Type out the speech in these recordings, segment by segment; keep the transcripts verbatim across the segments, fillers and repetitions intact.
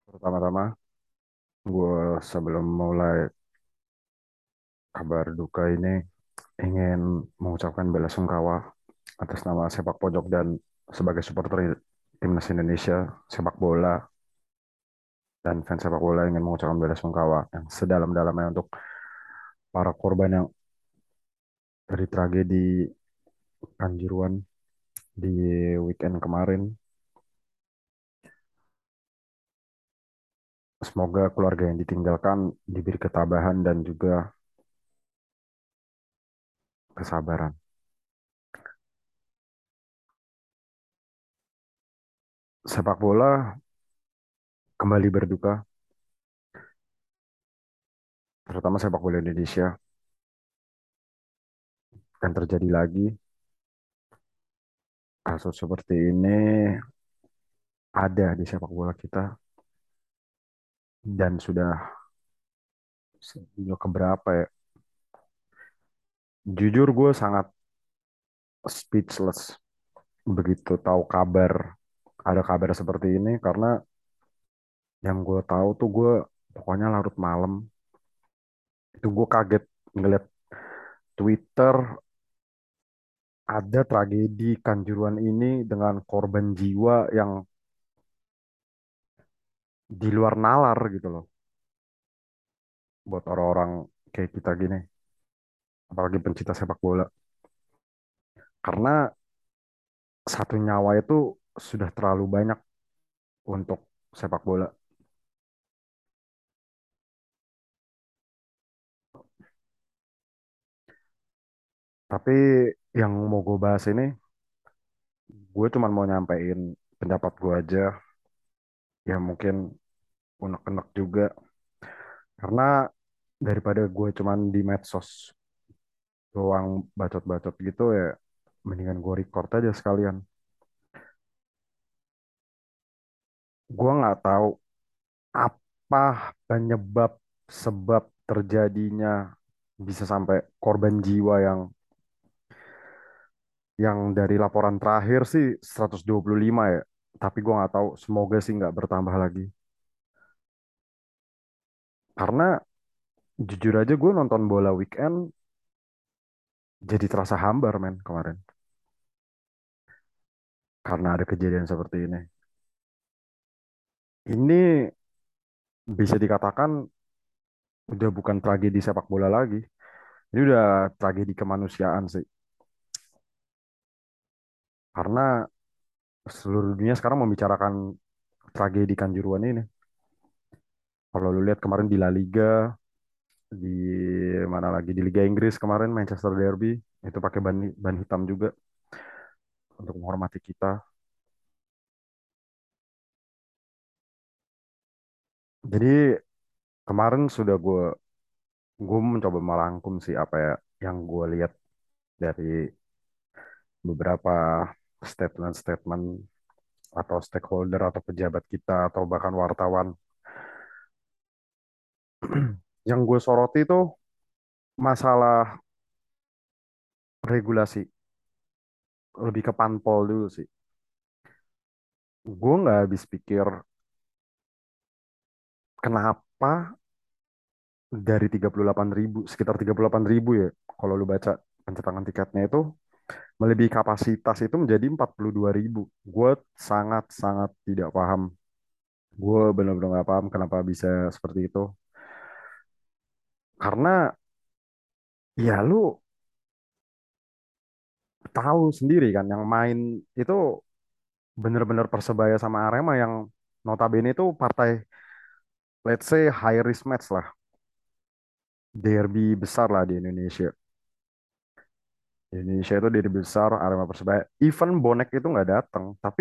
Pertama-tama, gue sebelum mulai kabar duka ini ingin mengucapkan bela sungkawa atas nama sepak pojok dan sebagai supporter timnas Indonesia sepak bola dan fans sepak bola ingin mengucapkan bela sungkawa yang sedalam-dalamnya untuk para korban yang dari tragedi Kanjuruhan di weekend kemarin. Semoga keluarga yang ditinggalkan diberi ketabahan dan juga kesabaran. Sepak bola kembali berduka, terutama sepak bola Indonesia, dan terjadi lagi kasus seperti ini ada di sepak bola kita dan sudah sejauh keberapa ya. Jujur gue sangat speechless begitu tahu kabar ada kabar seperti ini karena yang gue tahu tuh gue pokoknya larut malam itu gue kaget ngeliat Twitter ada tragedi Kanjuruhan ini dengan korban jiwa yang di luar nalar gitu loh buat orang-orang kayak kita gini, apalagi pencinta sepak bola, karena satu nyawa itu sudah terlalu banyak untuk sepak bola. Tapi yang mau gue bahas ini, gue cuma mau nyampein pendapat gue aja, ya mungkin unek-unek juga, karena daripada gue cuman di medsos doang bacot-bacot gitu ya, mendingan gue record aja sekalian. Gue nggak tahu apa penyebab sebab terjadinya bisa sampai korban jiwa yang yang dari laporan terakhir sih seratus dua puluh lima ya. Tapi gue nggak tahu, semoga sih nggak bertambah lagi. Karena jujur aja gue nonton bola weekend jadi terasa hambar men kemarin. Karena ada kejadian seperti ini. Ini bisa dikatakan udah bukan tragedi sepak bola lagi. Ini udah tragedi kemanusiaan sih. Karena seluruh dunia sekarang membicarakan tragedi Kanjuruhan ini. Kalau lu lihat kemarin di La Liga, di mana lagi di Liga Inggris kemarin Manchester Derby itu pakai ban ban hitam juga untuk menghormati kita. Jadi kemarin sudah gue gue mencoba merangkum sih apa ya yang gue lihat dari beberapa statement-statement atau stakeholder atau pejabat kita atau bahkan wartawan. Yang gue soroti itu masalah regulasi, lebih ke panpol dulu sih. Gue nggak habis pikir kenapa dari tiga puluh delapan ribu, sekitar tiga puluh delapan ribu ya, kalau lu baca pencetangan tiketnya itu, melebihi kapasitas itu menjadi empat puluh dua ribu. Gue sangat-sangat tidak paham. Gue benar-benar nggak paham kenapa bisa seperti itu. Karena ya lu tahu sendiri kan, yang main itu benar-benar Persebaya sama Arema yang notabene itu partai, let's say high risk match lah. Derby besar lah di Indonesia. Di Indonesia itu derby besar, Arema Persebaya. Even bonek itu nggak datang, tapi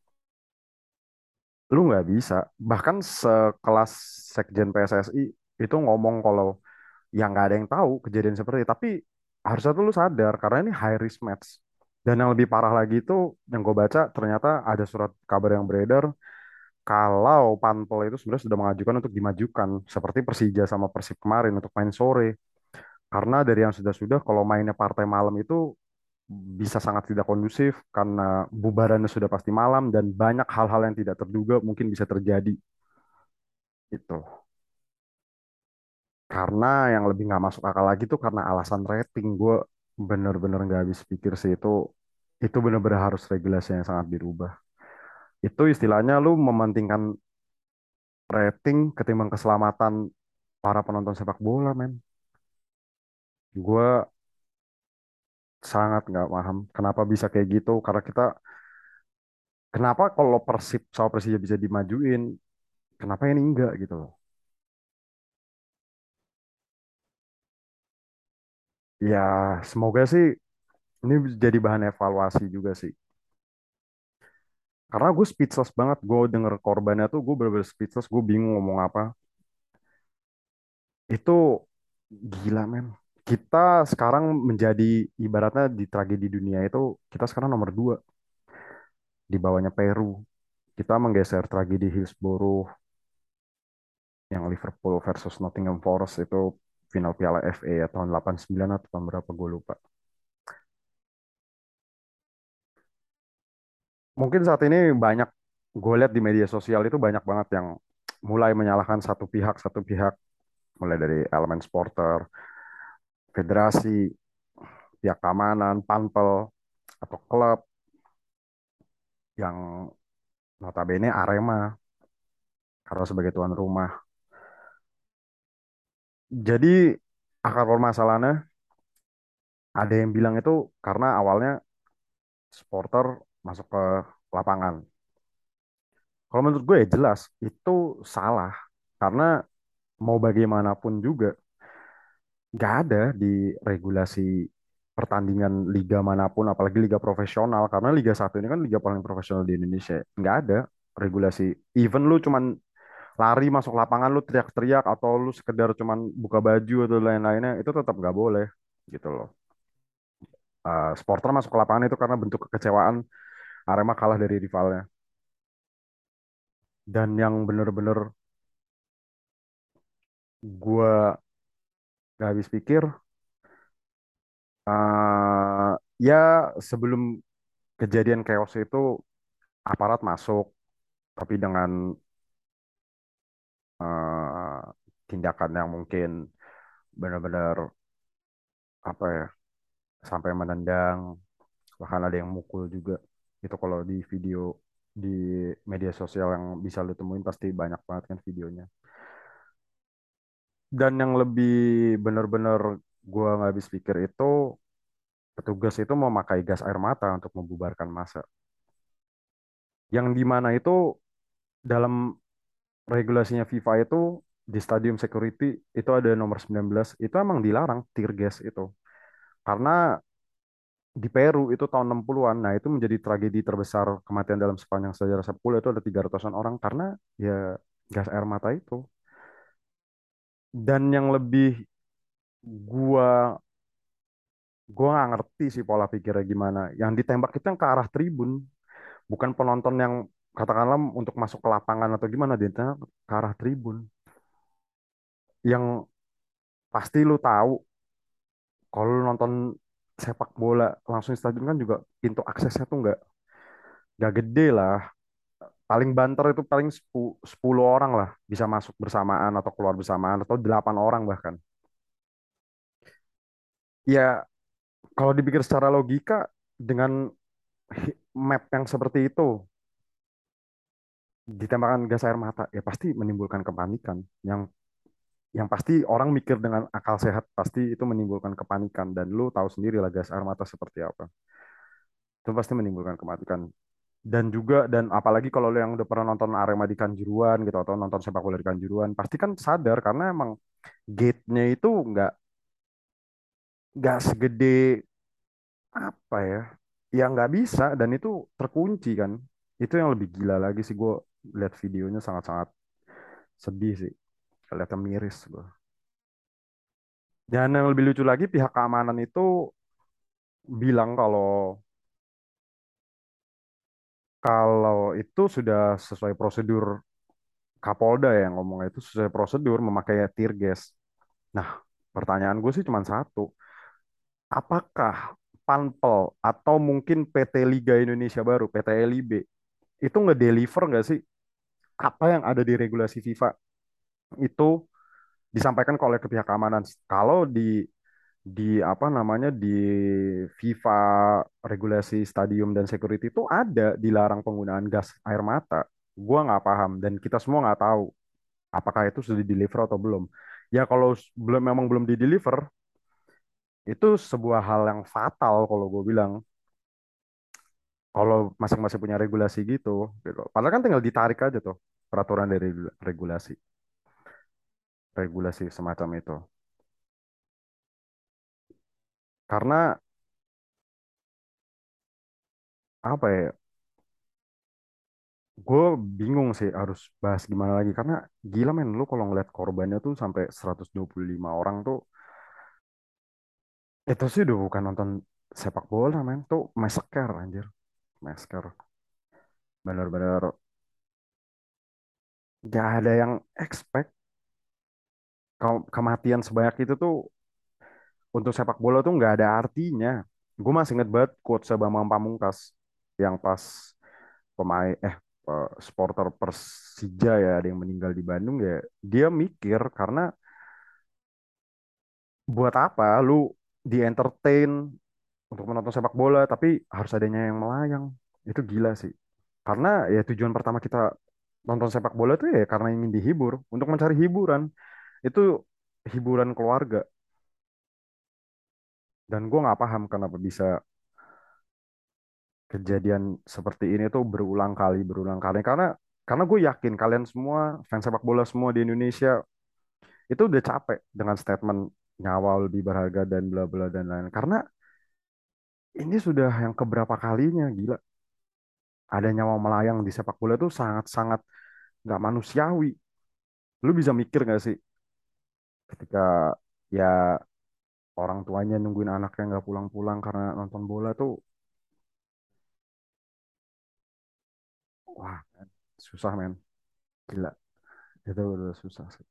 lu nggak bisa. Bahkan sekelas Sekjen P S S I itu ngomong kalau yang nggak ada yang tahu kejadian seperti itu. Tapi harusnya tuh lu sadar karena ini high risk match. Dan yang lebih parah lagi itu yang gue baca ternyata ada surat kabar yang beredar kalau Panpel itu sebenarnya sudah mengajukan untuk dimajukan seperti Persija sama Persib kemarin untuk main sore. Karena dari yang sudah-sudah kalau mainnya partai malam itu bisa sangat tidak kondusif karena bubarannya sudah pasti malam dan banyak hal-hal yang tidak terduga mungkin bisa terjadi. Itu. Karena yang lebih nggak masuk akal lagi tuh karena alasan rating. Gue bener-bener nggak habis pikir sih itu. Itu bener-bener harus regulasi yang sangat dirubah. Itu istilahnya lu mementingkan rating ketimbang keselamatan para penonton sepak bola, men. Gue sangat nggak paham kenapa bisa kayak gitu. Karena kita, kenapa kalau Persib sama Persija bisa dimajuin, kenapa ini enggak gitu loh. Ya, semoga sih ini jadi bahan evaluasi juga sih. Karena gue speechless banget, gue denger korbannya tuh gue bener-bener speechless, gue bingung ngomong apa. Itu gila, men. Kita sekarang menjadi ibaratnya di tragedi dunia itu kita sekarang nomor dua di bawahnya Peru. Kita menggeser tragedi Hillsborough yang Liverpool versus Nottingham Forest itu final Piala F A ya tahun delapan puluh sembilan atau tahun berapa gue lupa. Mungkin saat ini banyak gue lihat di media sosial itu banyak banget yang mulai menyalahkan satu pihak satu pihak, mulai dari elemen supporter, federasi, pihak keamanan, panpel atau klub yang notabene Arema karena sebagai tuan rumah. Jadi akar permasalahannya ada yang bilang itu karena awalnya supporter masuk ke lapangan. Kalau menurut gue ya jelas itu salah karena mau bagaimanapun juga nggak ada di regulasi pertandingan liga manapun, apalagi liga profesional, karena Liga satu ini kan liga paling profesional di Indonesia. Nggak ada regulasi. Even lu cuman lari masuk lapangan, lu teriak-teriak, atau lu sekedar cuman buka baju atau lain-lainnya, itu tetap nggak boleh. Gitu loh. Eh, supporter masuk ke lapangan itu karena bentuk kekecewaan Arema kalah dari rivalnya. Dan yang bener-bener gua nggak habis pikir, eh ya sebelum kejadian chaos itu aparat masuk, tapi dengan eh, tindakan yang mungkin benar-benar apa ya, sampai menendang, bahkan ada yang mukul juga. Itu kalau di video di media sosial yang bisa lu temuin pasti banyak banget kan videonya. Dan yang lebih benar-benar gua nggak habis pikir itu petugas itu memakai gas air mata untuk membubarkan massa. Yang di mana itu dalam regulasinya FIFA itu di stadium security itu ada nomor sembilan belas itu emang dilarang tear gas itu. Karena di Peru itu tahun enam puluhan-an, nah itu menjadi tragedi terbesar kematian dalam sepanjang sejarah sepak bola itu ada tiga ratusan orang karena ya gas air mata itu. Dan yang lebih gua gua nggak ngerti sih pola pikirnya gimana. Yang ditembak itu yang ke arah tribun, bukan penonton yang katakanlah untuk masuk ke lapangan atau gimana, dia ditembak ke arah tribun. Yang pasti lu tahu kalau lu nonton sepak bola langsung di stadion kan juga pintu aksesnya tuh nggak nggak gede lah. Paling banter itu paling sepu- sepuluh orang lah bisa masuk bersamaan atau keluar bersamaan atau delapan orang bahkan. Ya kalau dipikir secara logika dengan hi- map yang seperti itu ditembakkan gas air mata ya pasti menimbulkan kepanikan. Yang yang pasti orang mikir dengan akal sehat pasti itu menimbulkan kepanikan dan lu tahu sendiri lah gas air mata seperti apa. Itu pasti menimbulkan kepanikan. Dan juga dan apalagi kalau lo yang udah pernah nonton Arema di Kanjuruhan gitu atau nonton sepak bola di Kanjuruhan pasti kan sadar karena emang gate-nya itu nggak nggak segede apa ya, ya nggak bisa dan itu terkunci kan. Itu yang lebih gila lagi sih, gue lihat videonya sangat-sangat sedih sih, kelihatan miris gue. Dan yang lebih lucu lagi pihak keamanan itu bilang kalau kalau itu sudah sesuai prosedur. Kapolda yang ngomong itu sesuai prosedur memakai tear gas. Nah, pertanyaan gue sih cuma satu. Apakah Panpel atau mungkin P T Liga Indonesia Baru, P T L I B, itu ngedeliver nggak sih apa yang ada di regulasi FIFA? itu disampaikan ke oleh ke pihak keamanan. Kalau di di apa namanya di FIFA regulasi stadium dan security itu ada dilarang penggunaan gas air mata. Gua nggak paham dan kita semua nggak tahu apakah itu sudah di deliver atau belum. Ya kalau s- belum memang belum di deliver itu sebuah hal yang fatal kalau gue bilang. Kalau masing-masing punya regulasi gitu, gitu. Padahal kan tinggal ditarik aja tuh peraturan dari regulasi, regulasi semacam itu. Karena apa ya? Gue bingung sih harus bahas gimana lagi karena gila men lu kalau ngeliat korbannya tuh sampai seratus dua puluh lima orang tuh itu sih udah bukan nonton sepak bola men tuh massacre anjir massacre bener-bener gak ada yang expect ke- kematian sebanyak itu tuh untuk sepak bola tuh nggak ada artinya. Gue masih inget banget quotes Bambang Pamungkas yang pas pemain eh eh, supporter Persija ya ada yang meninggal di Bandung ya dia mikir karena buat apa lu di entertain untuk menonton sepak bola tapi harus adanya yang melayang itu gila sih karena ya tujuan pertama kita nonton sepak bola tuh ya karena ingin dihibur untuk mencari hiburan itu hiburan keluarga dan gue nggak paham kenapa bisa kejadian seperti ini tuh berulang kali berulang kali karena karena gue yakin kalian semua fans sepak bola semua di Indonesia itu udah capek dengan statement nyawa lebih berharga dan bla bla dan lain karena ini sudah yang keberapa kalinya gila ada nyawa melayang di sepak bola itu sangat-sangat nggak manusiawi. Lu bisa mikir nggak sih ketika ya orang tuanya nungguin anaknya nggak pulang-pulang karena nonton bola tuh, wah, man, susah men, gila, itu udah susah sih.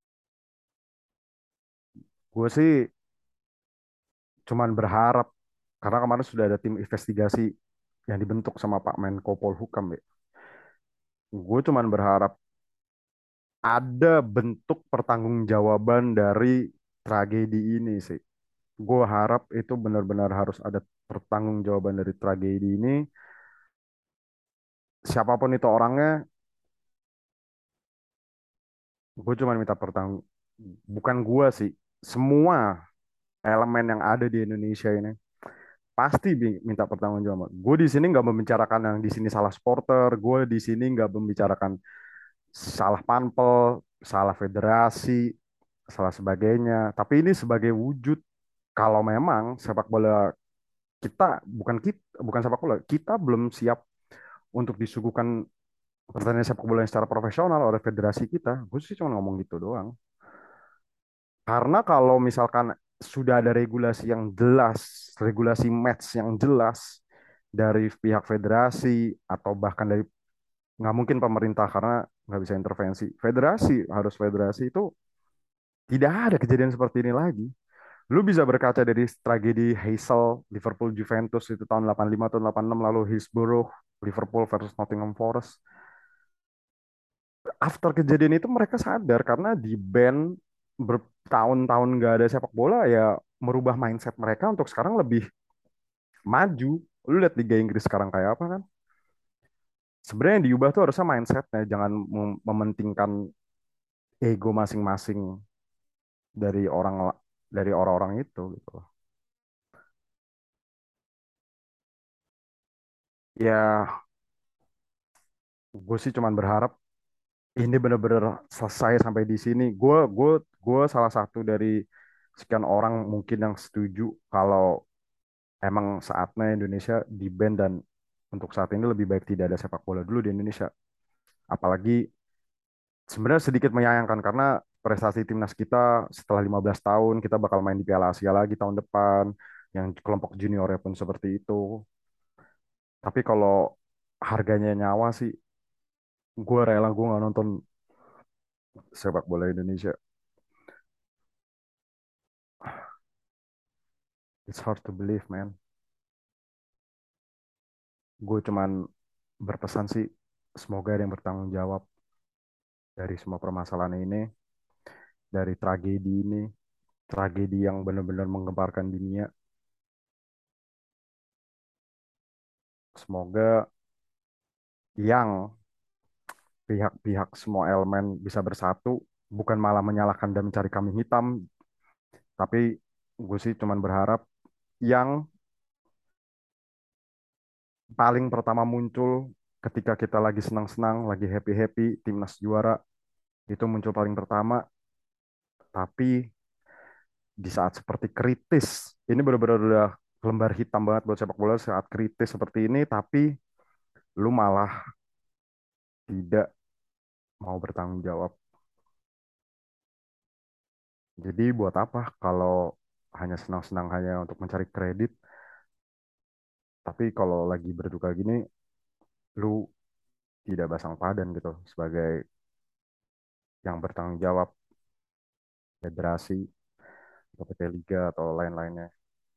Gue sih cuman berharap karena kemarin sudah ada tim investigasi yang dibentuk sama Pak Menko Polhukam ya. Gue cuman berharap ada bentuk pertanggungjawaban dari tragedi ini sih. Gue harap itu benar-benar harus ada pertanggungjawaban dari tragedi ini. Siapapun itu orangnya, gue cuma minta pertanggung, bukan gue sih, semua elemen yang ada di Indonesia ini pasti bi- minta pertanggungjawaban. Gue di sini nggak membicarakan yang di sini salah supporter, gue di sini nggak membicarakan salah panpel, salah federasi, salah sebagainya. Tapi ini sebagai wujud kalau memang sepak bola kita bukan kita bukan sepak bola kita belum siap untuk disuguhkan pertandingan sepak bola yang secara profesional oleh federasi kita. Gue sih cuma ngomong gitu doang. Karena kalau misalkan sudah ada regulasi yang jelas, regulasi match yang jelas dari pihak federasi atau bahkan dari nggak mungkin pemerintah karena nggak bisa intervensi. Federasi harus federasi itu tidak ada kejadian seperti ini lagi. Lu bisa berkaca dari tragedi Heysel, Liverpool Juventus itu tahun delapan puluh lima tahun delapan puluh enam lalu Hillsborough, Liverpool versus Nottingham Forest. After kejadian itu mereka sadar karena di band bertahun-tahun nggak ada sepak bola ya merubah mindset mereka untuk sekarang lebih maju. Lu lihat Liga Inggris sekarang kayak apa kan? Sebenarnya yang diubah tuh harusnya mindsetnya, jangan mem- mementingkan ego masing-masing dari orang dari orang-orang itu gitu. Ya, gue sih cuman berharap ini bener-bener selesai sampai di sini. Gue gue gue salah satu dari sekian orang mungkin yang setuju kalau emang saatnya Indonesia di ban dan untuk saat ini lebih baik tidak ada sepak bola dulu di Indonesia. Apalagi sebenarnya sedikit menyayangkan karena prestasi timnas kita setelah lima belas tahun kita bakal main di Piala Asia lagi tahun depan yang kelompok juniornya pun seperti itu. Tapi kalau harganya nyawa sih gue rela gue nggak nonton sepak bola Indonesia. It's hard to believe man. Gue cuman berpesan sih semoga ada yang bertanggung jawab dari semua permasalahan ini. dari tragedi ini, tragedi yang benar-benar menggemparkan dunia. Semoga yang pihak-pihak semua elemen bisa bersatu, bukan malah menyalahkan dan mencari kambing hitam, tapi gue sih cuman berharap yang paling pertama muncul ketika kita lagi senang-senang, lagi happy-happy, timnas juara, itu muncul paling pertama, tapi di saat seperti kritis, ini benar-benar udah lembar hitam banget buat sepak bola saat kritis seperti ini, tapi lu malah tidak mau bertanggung jawab. Jadi buat apa kalau hanya senang-senang hanya untuk mencari kredit, tapi kalau lagi berduka gini, lu tidak pasang padan gitu sebagai yang bertanggung jawab federasi atau P T Liga atau lain-lainnya.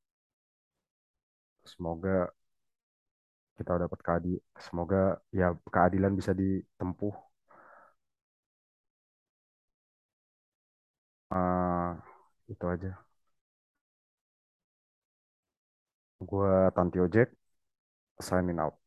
Semoga kita dapat keadilan, semoga ya keadilan bisa ditempuh. Eh, itu aja. Gua Tanti Ojek, signing out.